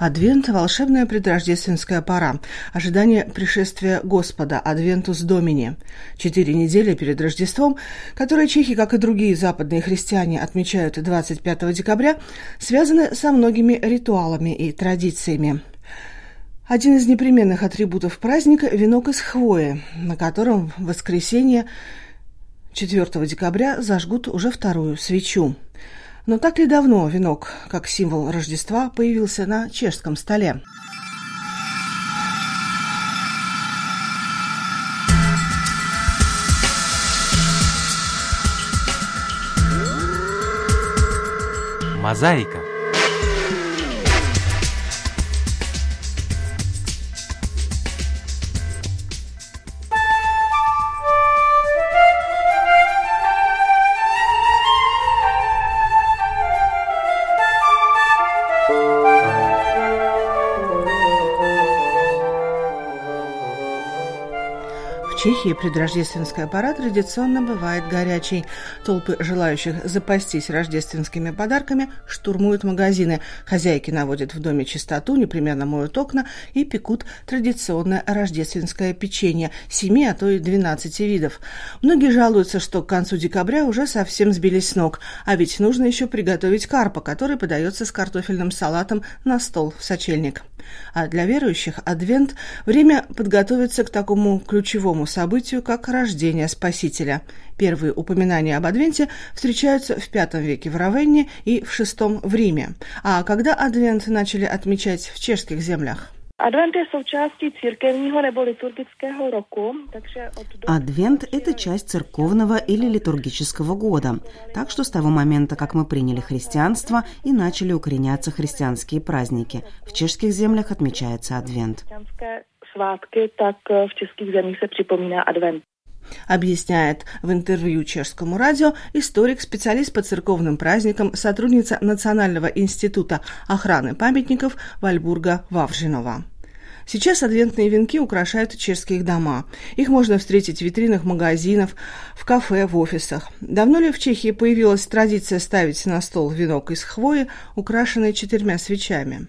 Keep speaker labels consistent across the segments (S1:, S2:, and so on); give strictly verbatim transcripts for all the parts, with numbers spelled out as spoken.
S1: Адвент – волшебная предрождественская пора, ожидание пришествия Господа, Адвентус Домини. Четыре недели перед Рождеством, которые чехи, как и другие западные христиане, отмечают двадцать пятого декабря, связаны со многими ритуалами и традициями. Один из непременных атрибутов праздника – венок из хвои, на котором в воскресенье четвёртого декабря зажгут уже вторую свечу. Но так ли давно венок, как символ Рождества, появился на чешском столе?
S2: Мозаика.
S1: В Чехии предрождественская пора традиционно бывает горячей. Толпы желающих запастись рождественскими подарками штурмуют магазины. Хозяйки наводят в доме чистоту, непременно моют окна и пекут традиционное рождественское печенье семи, а то и двенадцати видов. Многие жалуются, что к концу декабря уже совсем сбились с ног, а ведь нужно еще приготовить карпа, который подается с картофельным салатом на стол в сочельник. А для верующих Адвент – время подготовиться к такому ключевому событию, как рождение Спасителя. Первые упоминания об Адвенте встречаются в пятом веке в Равенне и в шестом в Риме. А когда Адвент начали отмечать в чешских землях?
S3: Адвент – это часть церковного или литургического года, так что с того момента, как мы приняли христианство и начали укореняться христианские праздники, в чешских землях отмечается Адвент. Объясняет в интервью чешскому радио историк, специалист по церковным праздникам, сотрудница Национального института охраны памятников Вальбурга Вавжинова. Сейчас адвентные венки украшают чешские дома. Их можно встретить в витринах магазинов, в кафе, в офисах. Давно ли в Чехии появилась традиция ставить на стол венок из хвои, украшенный четырьмя свечами?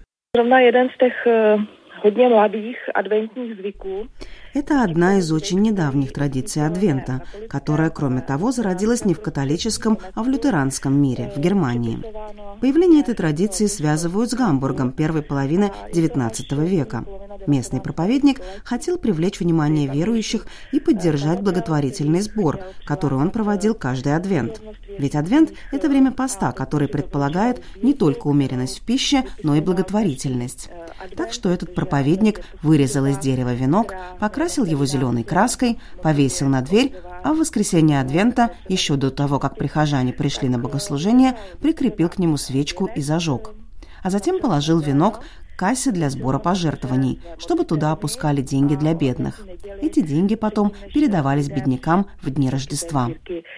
S3: Это одна из очень недавних традиций Адвента, которая, кроме того, зародилась не в католическом, а в лютеранском мире, в Германии. Появление этой традиции связывают с Гамбургом первой половины девятнадцатого века. Местный проповедник хотел привлечь внимание верующих и поддержать благотворительный сбор, который он проводил каждый Адвент. Ведь Адвент – это время поста, который предполагает не только умеренность в пище, но и благотворительность. Так что этот проповедник вырезал из дерева венок, покрасил его зеленой краской, повесил на дверь, а в воскресенье Адвента, еще до того, как прихожане пришли на богослужение, прикрепил к нему свечку и зажег. А затем положил венок к кассе для сбора пожертвований, чтобы туда опускали деньги для бедных. Эти деньги потом передавались беднякам в дни Рождества.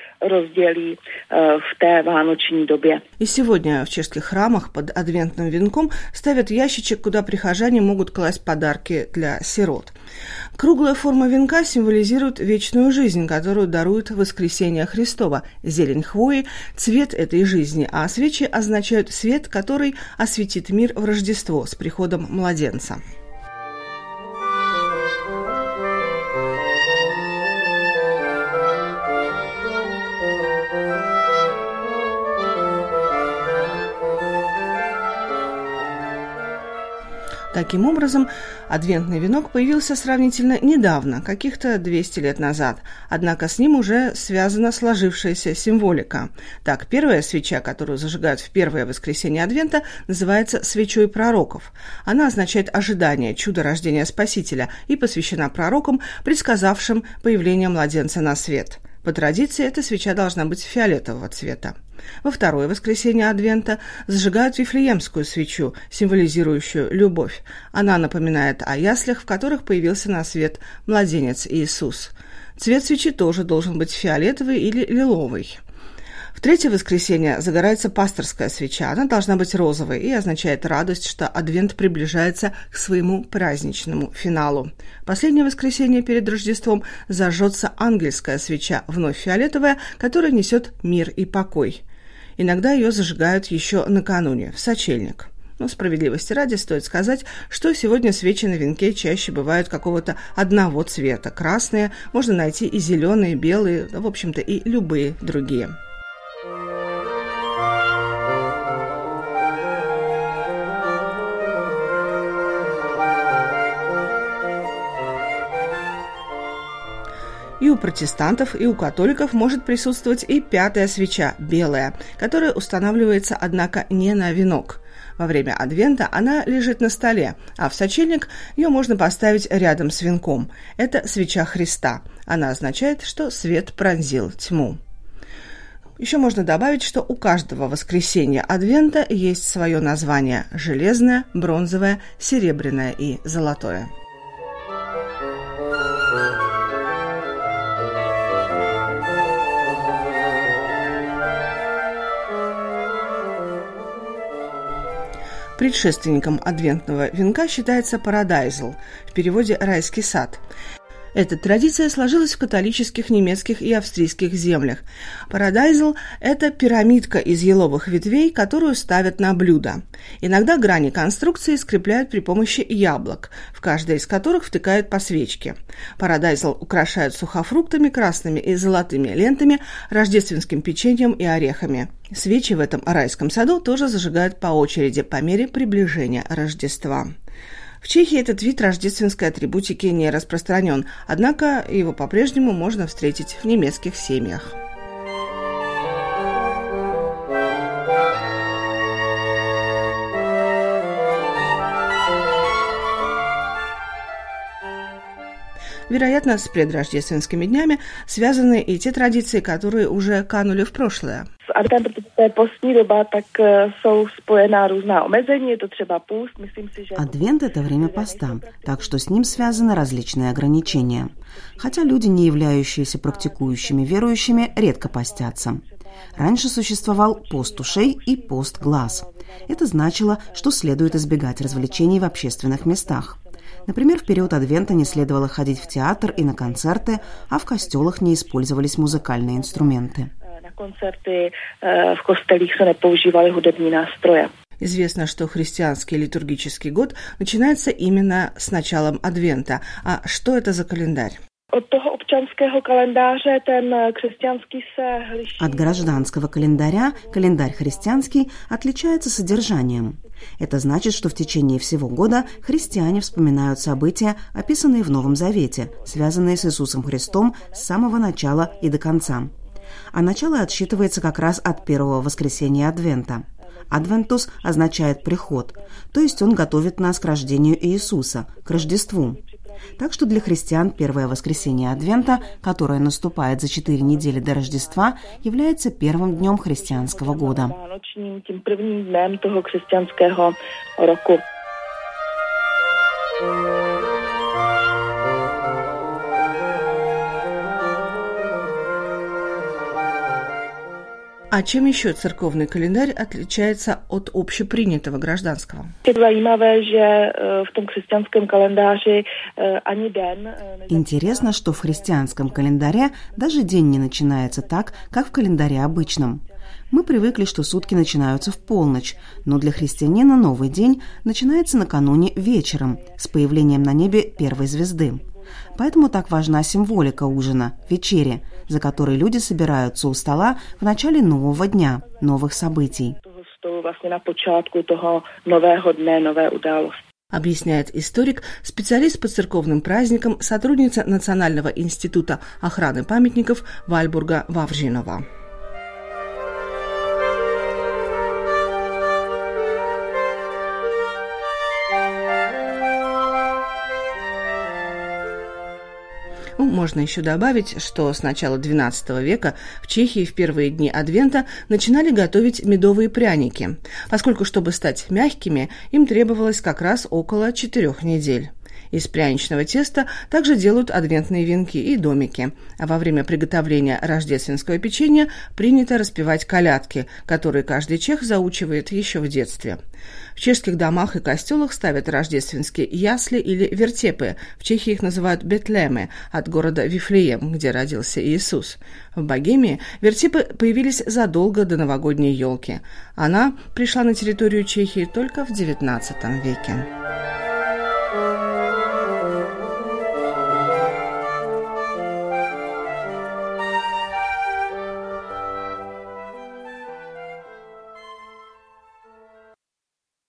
S3: И сегодня в чешских храмах под адвентным венком ставят ящичек, куда прихожане могут класть подарки для сирот. Круглая форма венка символизирует вечную жизнь, которую дарует воскресение Христова. Зелень хвои – цвет этой жизни, а свечи означают свет, который осветит мир в Рождество с приходом младенца. Таким образом, адвентный венок появился сравнительно недавно, каких-то двести лет назад, однако с ним уже связана сложившаяся символика. Так, первая свеча, которую зажигают в первое воскресенье Адвента, называется свечой пророков. Она означает ожидание чуда рождения Спасителя и посвящена пророкам, предсказавшим появление младенца на свет. По традиции, эта свеча должна быть фиолетового цвета. Во второе воскресенье Адвента зажигают вифлеемскую свечу, символизирующую любовь. Она напоминает о яслях, в которых появился на свет младенец Иисус. Цвет свечи тоже должен быть фиолетовый или лиловый. В третье воскресенье загорается пасторская свеча. Она должна быть розовой и означает радость, что Адвент приближается к своему праздничному финалу. Последнее воскресенье перед Рождеством зажжется ангельская свеча, вновь фиолетовая, которая несет мир и покой. Иногда ее зажигают еще накануне, в сочельник.
S1: Но справедливости ради стоит сказать, что сегодня свечи на венке чаще бывают какого-то одного цвета. Красные, можно найти и зеленые, белые, в общем-то и любые другие. И у протестантов, и у католиков может присутствовать и пятая свеча, белая, которая устанавливается, однако, не на венок. Во время Адвента она лежит на столе, а в сочельник ее можно поставить рядом с венком. Это свеча Христа. Она означает, что свет пронзил тьму. Еще можно добавить, что у каждого воскресенья Адвента есть свое название – железное, бронзовое, серебряное и золотое. Предшественником адвентного венка считается парадайзл, в переводе «райский сад». Эта традиция сложилась в католических немецких и австрийских землях. Парадайзл – это пирамидка из еловых ветвей, которую ставят на блюдо. Иногда грани конструкции скрепляют при помощи яблок, в каждое из которых втыкают по свечке. Парадайзл украшают сухофруктами, красными и золотыми лентами, рождественским печеньем и орехами. Свечи в этом райском саду тоже зажигают по очереди по мере приближения Рождества. В Чехии этот вид рождественской атрибутики не распространен, однако его по-прежнему можно встретить в немецких семьях. Вероятно, с предрождественскими днями связаны и те традиции, которые уже канули в прошлое.
S4: Advent, protože to je postní doba, tak jsou spojená různá omezení, je to třeba půst, myslím si, že...
S5: Адвент – это время поста, так что с ним связаны различные ограничения. Хотя люди, не являющиеся практикующими верующими, редко постятся. Раньше существовал пост ушей и пост глаз. Это значило, что следует избегать развлечений в общественных местах. Например, в период Адвента не следовало ходить в театр и на концерты, а в костелах не использовались музыкальные инструменты.
S4: Концерты в костелích se nepoužívaly hudební nástroje.
S1: Известно, что христианский литургический год начинается именно с началом Адвента. А что это за календарь?
S4: От toho občanského kalendáře ten křesťanský se liší.
S5: От гражданского календаря календарь христианский отличается содержанием. Это значит, что в течение всего года христиане вспоминают события, описанные в Новом Завете, связанные с Иисусом Христом с самого начала и до конца. А начало отсчитывается как раз от первого воскресенья Адвента. Адвентус означает «приход», то есть он готовит нас к рождению Иисуса, к Рождеству. Так что для христиан первое воскресенье Адвента, которое наступает за четыре недели до Рождества, является первым днем христианского года.
S4: Tím prvním dnem toho křesťanského roku.
S1: А чем еще церковный календарь отличается от общепринятого гражданского?
S5: Интересно, что в христианском календаре даже день не начинается так, как в календаре обычном. Мы привыкли, что сутки начинаются в полночь, но для христианина новый день начинается накануне вечером, с появлением на небе первой звезды. Поэтому так важна символика ужина, вечери, за которой люди собираются у стола в начале нового дня, новых событий.
S1: Объясняет историк, специалист по церковным праздникам, сотрудница Национального института охраны памятников Вальбурга Вавжинова. Ну, можно еще добавить, что с начала двенадцатого века в Чехии в первые дни Адвента начинали готовить медовые пряники, поскольку, чтобы стать мягкими, им требовалось как раз около четырех недель. Из пряничного теста также делают адвентные венки и домики. А во время приготовления рождественского печенья принято распевать колядки, которые каждый чех заучивает еще в детстве. В чешских домах и костелах ставят рождественские ясли или вертепы. В Чехии их называют бетлемы, от города Вифлеем, где родился Иисус. В Богемии вертепы появились задолго до новогодней елки. Она пришла на территорию Чехии только в девятнадцатом веке.